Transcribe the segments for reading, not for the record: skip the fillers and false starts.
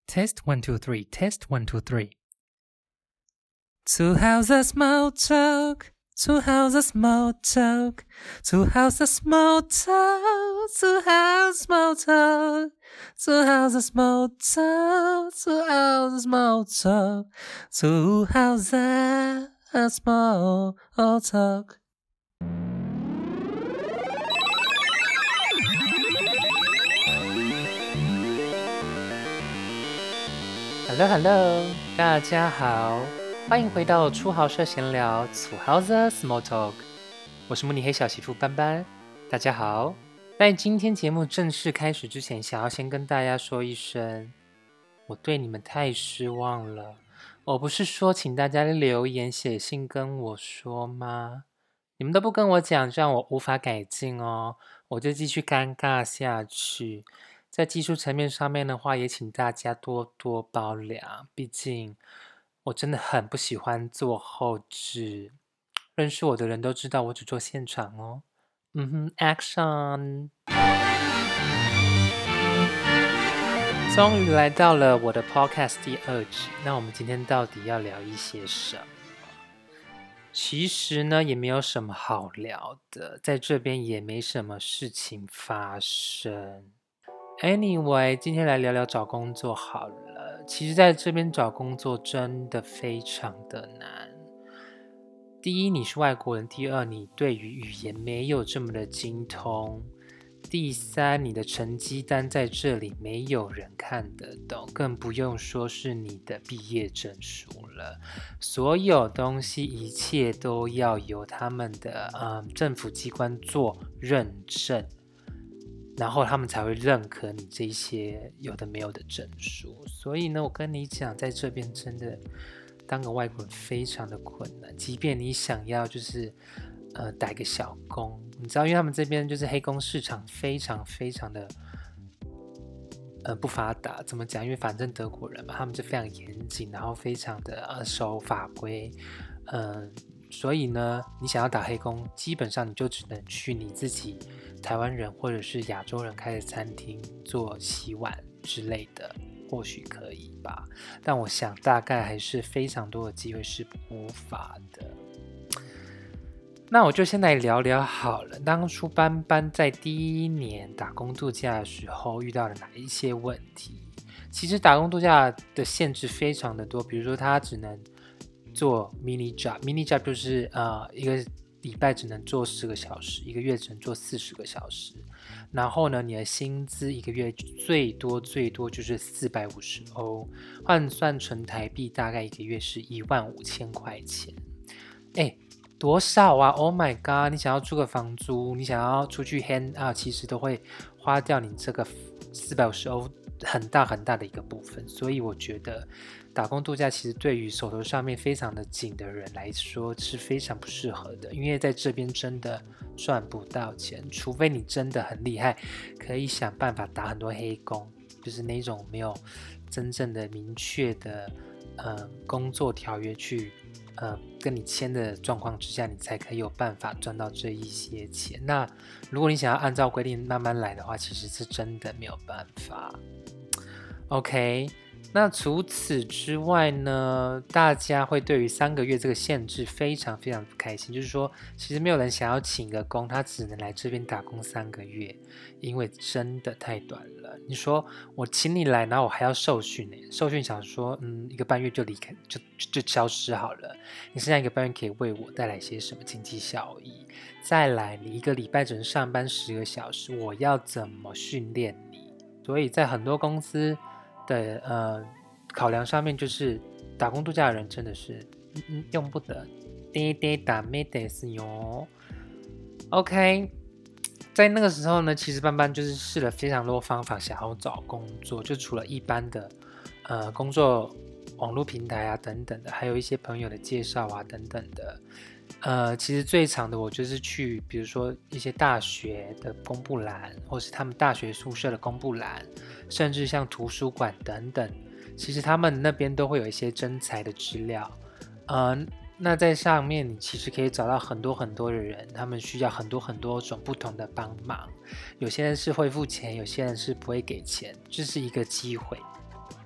Test 1 2 3 Test 1 2 3 Two houses small talk Two houses small talk Two houses small talk Two houses small talk Two houses small talk Two houses small talk Two houses small talk Hello， 大家好，欢迎回到初豪社闲聊 Two Houses Small Talk， 我是慕尼黑小媳妇班班，大家好。在今天节目正式开始之前，想要先跟大家说一声，我对你们太失望了。我不是说请大家留言写信跟我说吗？你们都不跟我讲，这样我无法改进哦，我就继续尴尬下去。在技术层面上面的话，也请大家多多包涵，毕竟我真的很不喜欢做后制。认识我的人都知道我只做现场哦。Action！ 终于来到了我的 podcast 第2集，那我们今天到底要聊一些什么？其实呢，也没有什么好聊的，在这边也没什么事情发生。Anyway， 今天来聊聊找工作好了。其实在这边找工作真的非常的难。第一，你是外国人；第二，你对于语言没有这么的精通；第三，你的成绩单在这里没有人看得懂，更不用说是你的毕业证书了。所有东西一切都要由他们的政府机关做认证。然后他们才会认可你这些有的没有的证书，所以呢，我跟你讲，在这边真的当个外国人非常的困难，即便你想要就是打个小工，你知道，因为他们这边就是黑工市场非常非常的不发达，怎么讲？因为反正德国人嘛，他们就非常严谨，然后非常的守法规，所以呢，你想要打黑工，基本上你就只能去你自己台湾人或者是亚洲人开的餐厅做洗碗之类的，或许可以吧。但我想大概还是非常多的机会是无法的。那我就先来聊聊好了，当初班班在第一年打工度假的时候遇到了哪一些问题？其实打工度假的限制非常的多，比如说他只能做 mini job 就是一个礼拜只能做10个小时，一个月只能做40个小时。然后呢，你的薪资一个月最多就是450欧，换算成台币大概一个月是15000块钱。多少啊 ？Oh my god！ 你想要租个房租，你想要出去 hang out， 其实都会花掉你这个450欧很大很大的一个部分。所以我觉得打工度假其实对于手头上面非常的紧的人来说是非常不适合的，因为在这边真的赚不到钱，除非你真的很厉害，可以想办法打很多黑工，就是那种没有真正的明确的工作条约去跟你签的状况之下，你才可以有办法赚到这一些钱。那如果你想要按照规定慢慢来的话，其实是真的没有办法。OK， 那除此之外呢，大家会对于3个月这个限制非常非常不开心，就是说其实没有人想要请个工，他只能来这边打工3个月，因为真的太短了。你说我请你来，然后我还要受训受训想说1个半月就离开，就消失好了，你剩下1个半月可以为我带来些什么经济效益？再来，你1个礼拜只能上班10个小时，我要怎么训练你？所以在很多公司的考量上面，就是打工度假的人真的是用不得，打没得是哟。OK， 在那个时候呢，其实班班就是试了非常多方法想要找工作，就除了一般的工作网络平台啊等等的，还有一些朋友的介绍啊等等的。其实最长的我就是去，比如说一些大学的公布栏，或是他们大学宿舍的公布栏，甚至像图书馆等等，其实他们那边都会有一些征才的资料。那在上面你其实可以找到很多很多的人，他们需要很多很多种不同的帮忙，有些人是会付钱，有些人是不会给钱，这是一个机会。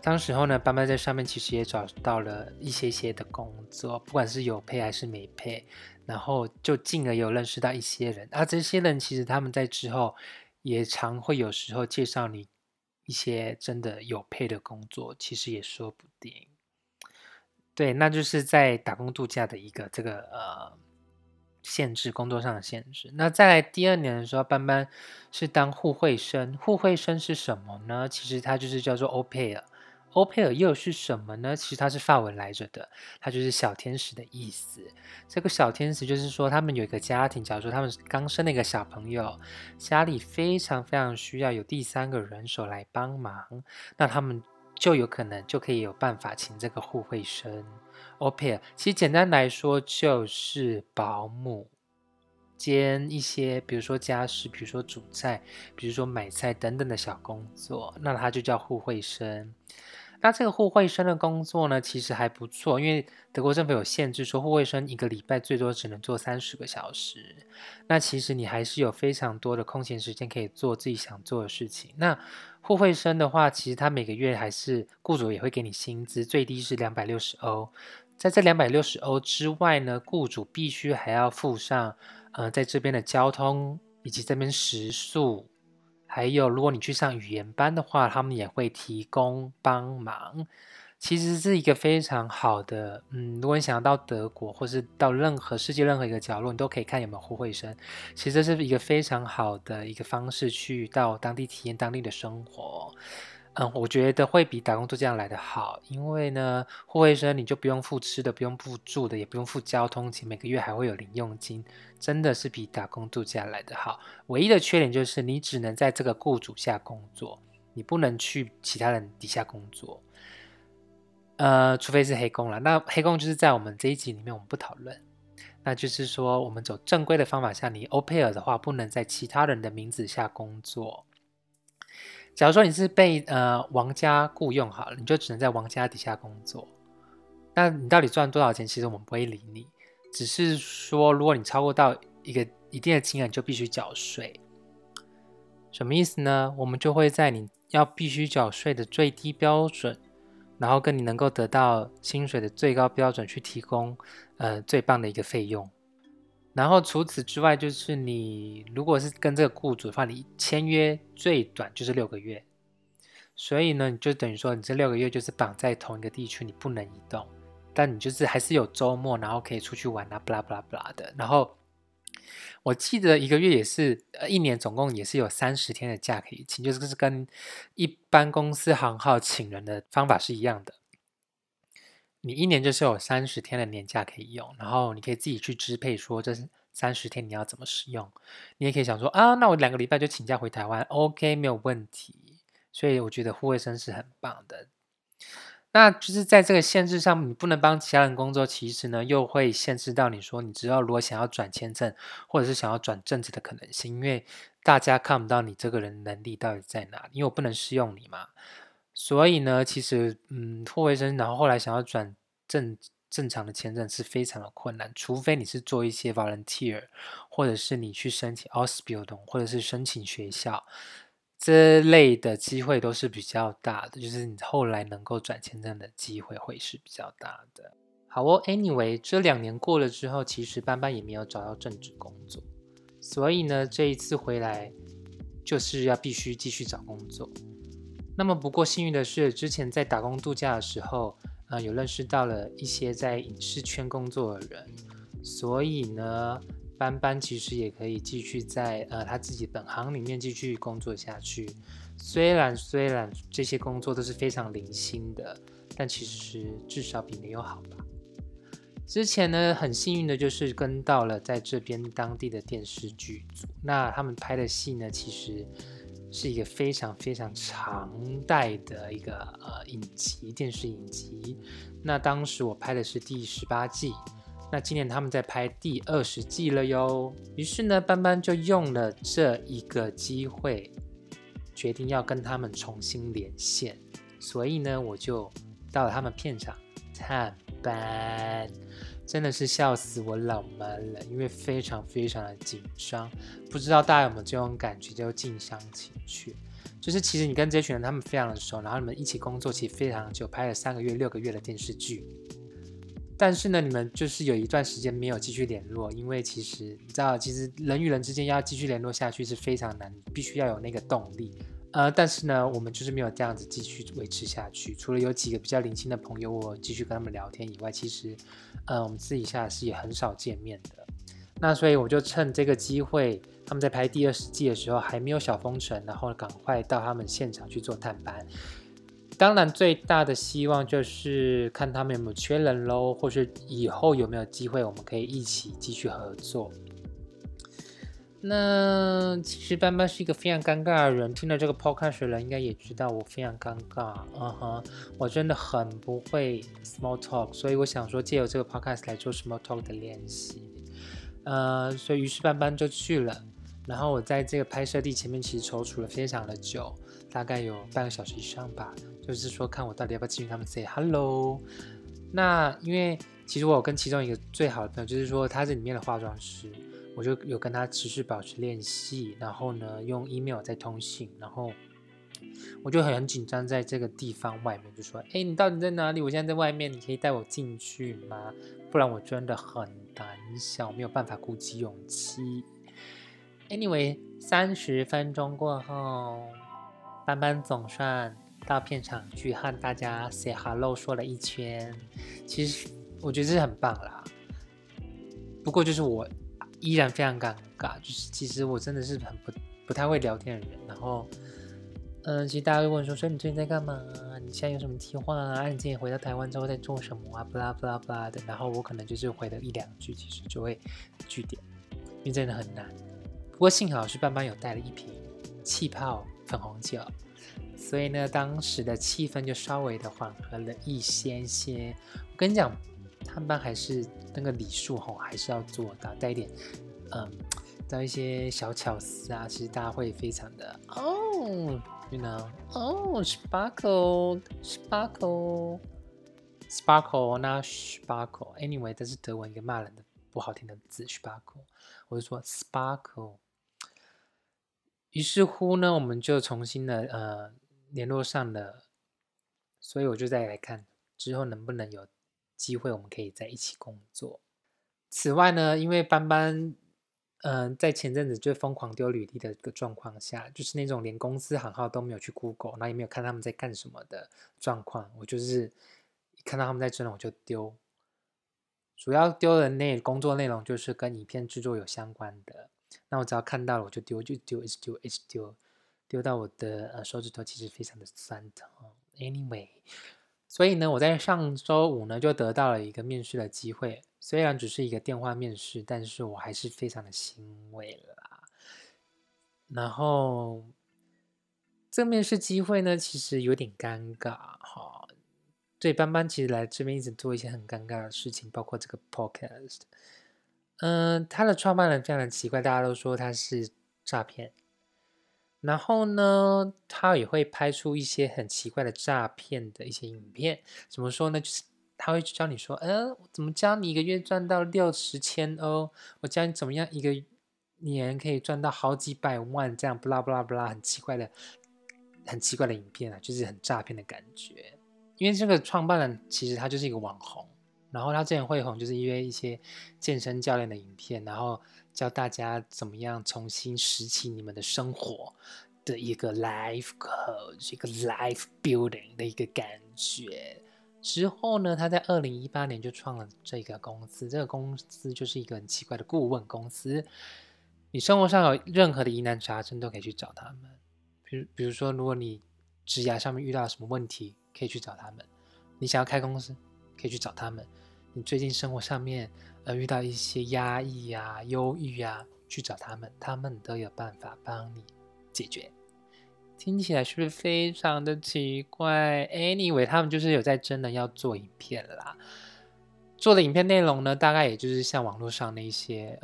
当时候呢，班班在上面其实也找到了一些的工作，不管是有配还是没配，然后就进而有认识到一些人，这些人其实他们在之后也常会有时候介绍你一些真的有配的工作，其实也说不定。对，那就是在打工度假的一个这个限制，工作上的限制。那再来第二年的时候，班班是当互惠生。互惠生是什么呢？其实它就是叫做 au pair。au pair 又是什么呢？其实它是法文来着的，它就是小天使的意思。这个小天使就是说，他们有一个家庭，假如说他们刚生了一个小朋友，家里非常非常需要有第三个人手来帮忙，那他们就有可能就可以有办法请这个互惠生 au pair。其实简单来说就是保姆兼一些，比如说家事，比如说煮菜，比如说买菜等等的小工作，那它就叫互惠生。那这个互惠生的工作呢，其实还不错，因为德国政府有限制，说互惠生一个礼拜最多只能做30个小时。那其实你还是有非常多的空闲时间可以做自己想做的事情。那互惠生的话，其实他每个月还是雇主也会给你薪资，最低是260欧。在这260欧之外呢，雇主必须还要付上在这边的交通以及这边食宿，还有如果你去上语言班的话，他们也会提供帮忙。其实是一个非常好的，如果你想要到德国，或是到世界任何一个角落，你都可以看有没有互惠生。其实这是一个非常好的一个方式，去到当地体验当地的生活。我觉得会比打工度假来的好，因为呢，互惠生你就不用付吃的，不用付住的，也不用付交通钱，每个月还会有零用金，真的是比打工度假来的好。唯一的缺点就是你只能在这个雇主下工作，你不能去其他人底下工作。除非是黑工啦，那黑工就是在我们这一集里面我们不讨论。那就是说，我们走正规的方法下，你 au pair 的话，不能在其他人的名字下工作。假如说你是被王家雇佣好了，你就只能在王家底下工作。那你到底赚多少钱？其实我们不会理你，只是说，如果你超过到一个一定的金额，你就必须缴税。什么意思呢？我们就会在你要必须缴税的最低标准，然后跟你能够得到薪水的最高标准去提供最棒的一个费用。然后除此之外，就是你如果是跟这个雇主的话，你签约最短就是6个月，所以呢，你就等于说你这6个月就是绑在同一个地区，你不能移动，但你就是还是有周末，然后可以出去玩啊，不啦不啦不啦的。然后我记得一个月也是，一年总共也是有30天的假可以请，就是跟一般公司行号请人的方法是一样的。你一年就是有30天的年假可以用，然后你可以自己去支配说这30天你要怎么使用。你也可以想说那我2个礼拜就请假回台湾 ，OK 没有问题。所以我觉得互惠生是很棒的。那就是在这个限制上，你不能帮其他人工作，其实呢又会限制到你说，你知道如果想要转签证，或者是想要转正职的可能性，因为大家看不到你这个人能力到底在哪里，因为我不能试用你嘛。所以呢，其实互惠生，然后后来想要转正常的签证是非常的困难，除非你是做一些 volunteer，或者是你去申请 Ausbildung，或者是申请学校。这类的机会都是比较大的，就是你后来能够转签证的机会会是比较大的。好anyway，这2年过了之后，其实班班也没有找到正职工作，所以呢，这一次回来就是要必须继续找工作。那么不过幸运的是，之前在打工度假的时候，有认识到了一些在影视圈工作的人，所以呢，班班其实也可以继续在他自己本行里面继续工作下去。虽然这些工作都是非常零星的，但其实至少比没有好吧。之前呢，很幸运的就是跟到了在这边当地的电视剧组，那他们拍的戏呢，其实是一个非常非常长代的一个电视影集。那当时我拍的是第18季，那今年他们在拍第20季了哟。于是呢，班班就用了这一个机会，决定要跟他们重新连线。所以呢，我就到了他们片场探班。真的是笑死我老妈了，因为非常非常的紧张，不知道大家有没有这种感觉，就近乡情怯。 就是其实你跟这群人他们非常的熟，然后你们一起工作其实非常久，拍了3个月、6个月的电视剧。但是呢，你们就是有一段时间没有继续联络，因为其实你知道，其实人与人之间要继续联络下去是非常难，必须要有那个动力。但是呢，我们就是没有这样子继续维持下去。除了有几个比较零星的朋友，我继续跟他们聊天以外，其实，我们私底下是也很少见面的。那所以我就趁这个机会，他们在拍第20季的时候还没有小封城，然后赶快到他们现场去做探班。当然，最大的希望就是看他们有没有缺人咯，或是以后有没有机会我们可以一起继续合作。那其实班班是一个非常尴尬的人，听了这个 podcast 的人应该也知道我非常尴尬。我真的很不会 small talk， 所以我想说借由这个 podcast 来做 small talk 的练习。所以于是班班就去了。然后我在这个拍摄地前面其实踌躇了非常的久，大概有半个小时以上吧。就是说看我到底要不要进去他们 say hello。那因为其实我有跟其中一个最好的朋友，就是说他是里面的化妆师，我就有跟他持续保持联系，然后呢用 email 在通信，然后我就很紧张在这个地方外面就说，你到底在哪里？我现在在外面，你可以带我进去吗？不然我真的很胆小，没有办法鼓起勇气。Anyway， 30分钟过后，班班总算到片场去和大家 say hello 说了一圈。其实我觉得这是很棒啦，不过就是我依然非常尴尬，就是其实我真的是很不太会聊天的人。然后其实大家会问说你最近在干嘛？你现在有什么计划啊？你今天回到台湾之后在做什么啊？不啦不啦不啦的。然后我可能就是回了1-2句，其实就会句点，因为真的很难。不过幸好是班班有带了一瓶气泡粉红酒，所以呢，当时的气氛就稍微的缓和了一些些。我跟你讲，探班还是那个礼数还是要做到，带一点到一些小巧思啊，其实大家会非常的you know sparkle not sparkle anyway， 这是德文一个骂人的不好听的字 sparkle， 我就说 sparkle。于是乎呢，我们就重新的联络上了，所以我就再来看之后能不能有机会我们可以在一起工作。此外呢，因为班班在前阵子就疯狂丢履历的一个状况下，就是那种连公司行号都没有去 Google， 然后也没有看他们在干什么的状况，我就是一看到他们在真的我就丢。主要丢的工作内容就是跟影片制作有相关的，那我只要看到了我就丢，就丢，一直丢，一直丢，丢到我的手指头其实非常的酸痛。Anyway， 所以呢，我在上周五呢就得到了一个面试的机会，虽然只是一个电话面试，但是我还是非常的欣慰啦。然后这个面试机会呢，其实有点尴尬哈。对，班班其实来这边一直做一些很尴尬的事情，包括这个 podcast。他的创办人非常的奇怪，大家都说他是诈骗。然后呢，他也会拍出一些很奇怪的诈骗的一些影片。怎么说呢？就是他会教你说，怎么教你一个月赚到60千欧？我教你怎么样一个年可以赚到好几百万，这样不啦不啦不啦，很奇怪的影片啊，就是很诈骗的感觉。因为这个创办人其实他就是一个网红，然后他之前会红就是因为一些健身教练的影片，然后教大家怎么样重新拾起你们的生活的一个 life coach， 一个 life building 的一个感觉。之后呢，他在2018年就创了这个公司，这个公司就是一个很奇怪的顾问公司。你生活上有任何的疑难杂症都可以去找他们，比如说如果你职涯上面遇到什么问题，可以去找他们。你想要开公司，可以去找他们。你最近生活上面遇到一些压抑啊、忧郁啊，去找他们，他们都有办法帮你解决。听起来是不是非常的奇怪 ？Anyway， 他们就是有在真的要做影片啦。做的影片内容呢，大概也就是像网络上那些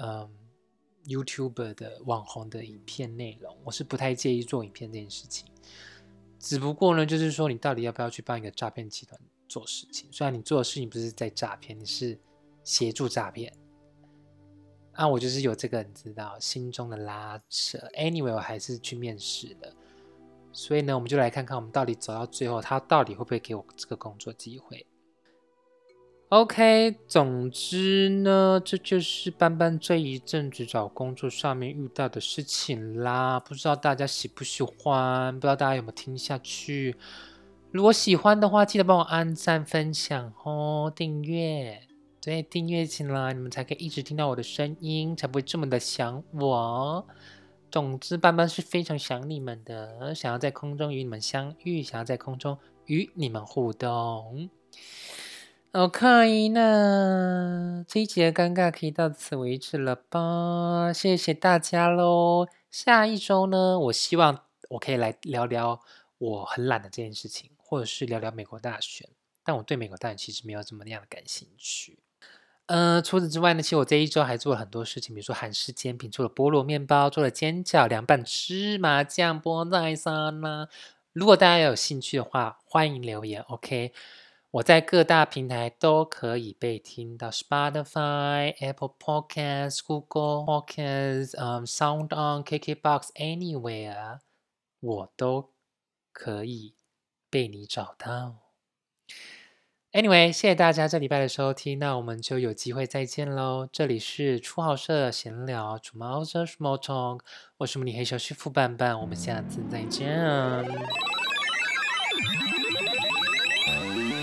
YouTuber 的网红的影片内容。我是不太介意做影片这件事情。只不过呢，就是说你到底要不要去帮一个诈骗集团做事情？虽然你做的事情不是在诈骗，你是协助诈骗。我就是有这个你知道心中的拉扯。Anyway， 我还是去面试了。 所以呢，我们就来看看我们到底走到最后，他到底会不会给我这个工作机会。OK，总之呢，这就是班班这一阵子找工作上面遇到的事情啦。不知道大家喜不喜欢，不知道大家有没有听下去。如果喜欢的话，记得帮我按赞、分享哦，订阅。对，订阅起来，你们才可以一直听到我的声音，才不会这么的想我。总之，班班是非常想你们的，想要在空中与你们相遇，想要在空中与你们互动。OK，那这一集的尴尬可以到此为止了吧？谢谢大家喽。下一周呢，我希望我可以来聊聊我很懒的这件事情，或者是聊聊美国大选。但我对美国大选其实没有这么样的感兴趣。除此之外呢，其实我这一周还做了很多事情，比如说韩式煎饼，做了菠萝面包，做了煎饺，凉拌芝麻酱菠菜沙拉。如果大家有兴趣的话，欢迎留言。OK，我在各大平台都可以被听到，Spotify、Apple Podcasts、Google Podcasts、Sound On、KKBox Anywhere，我都可以被你找到。Anyway，谢谢大家这礼拜的收听，那我们就有机会再见喽。这里是初豪社闲聊，楚毛社 Small Talk，我是母女黑小旭副伴伴，我们下次再见。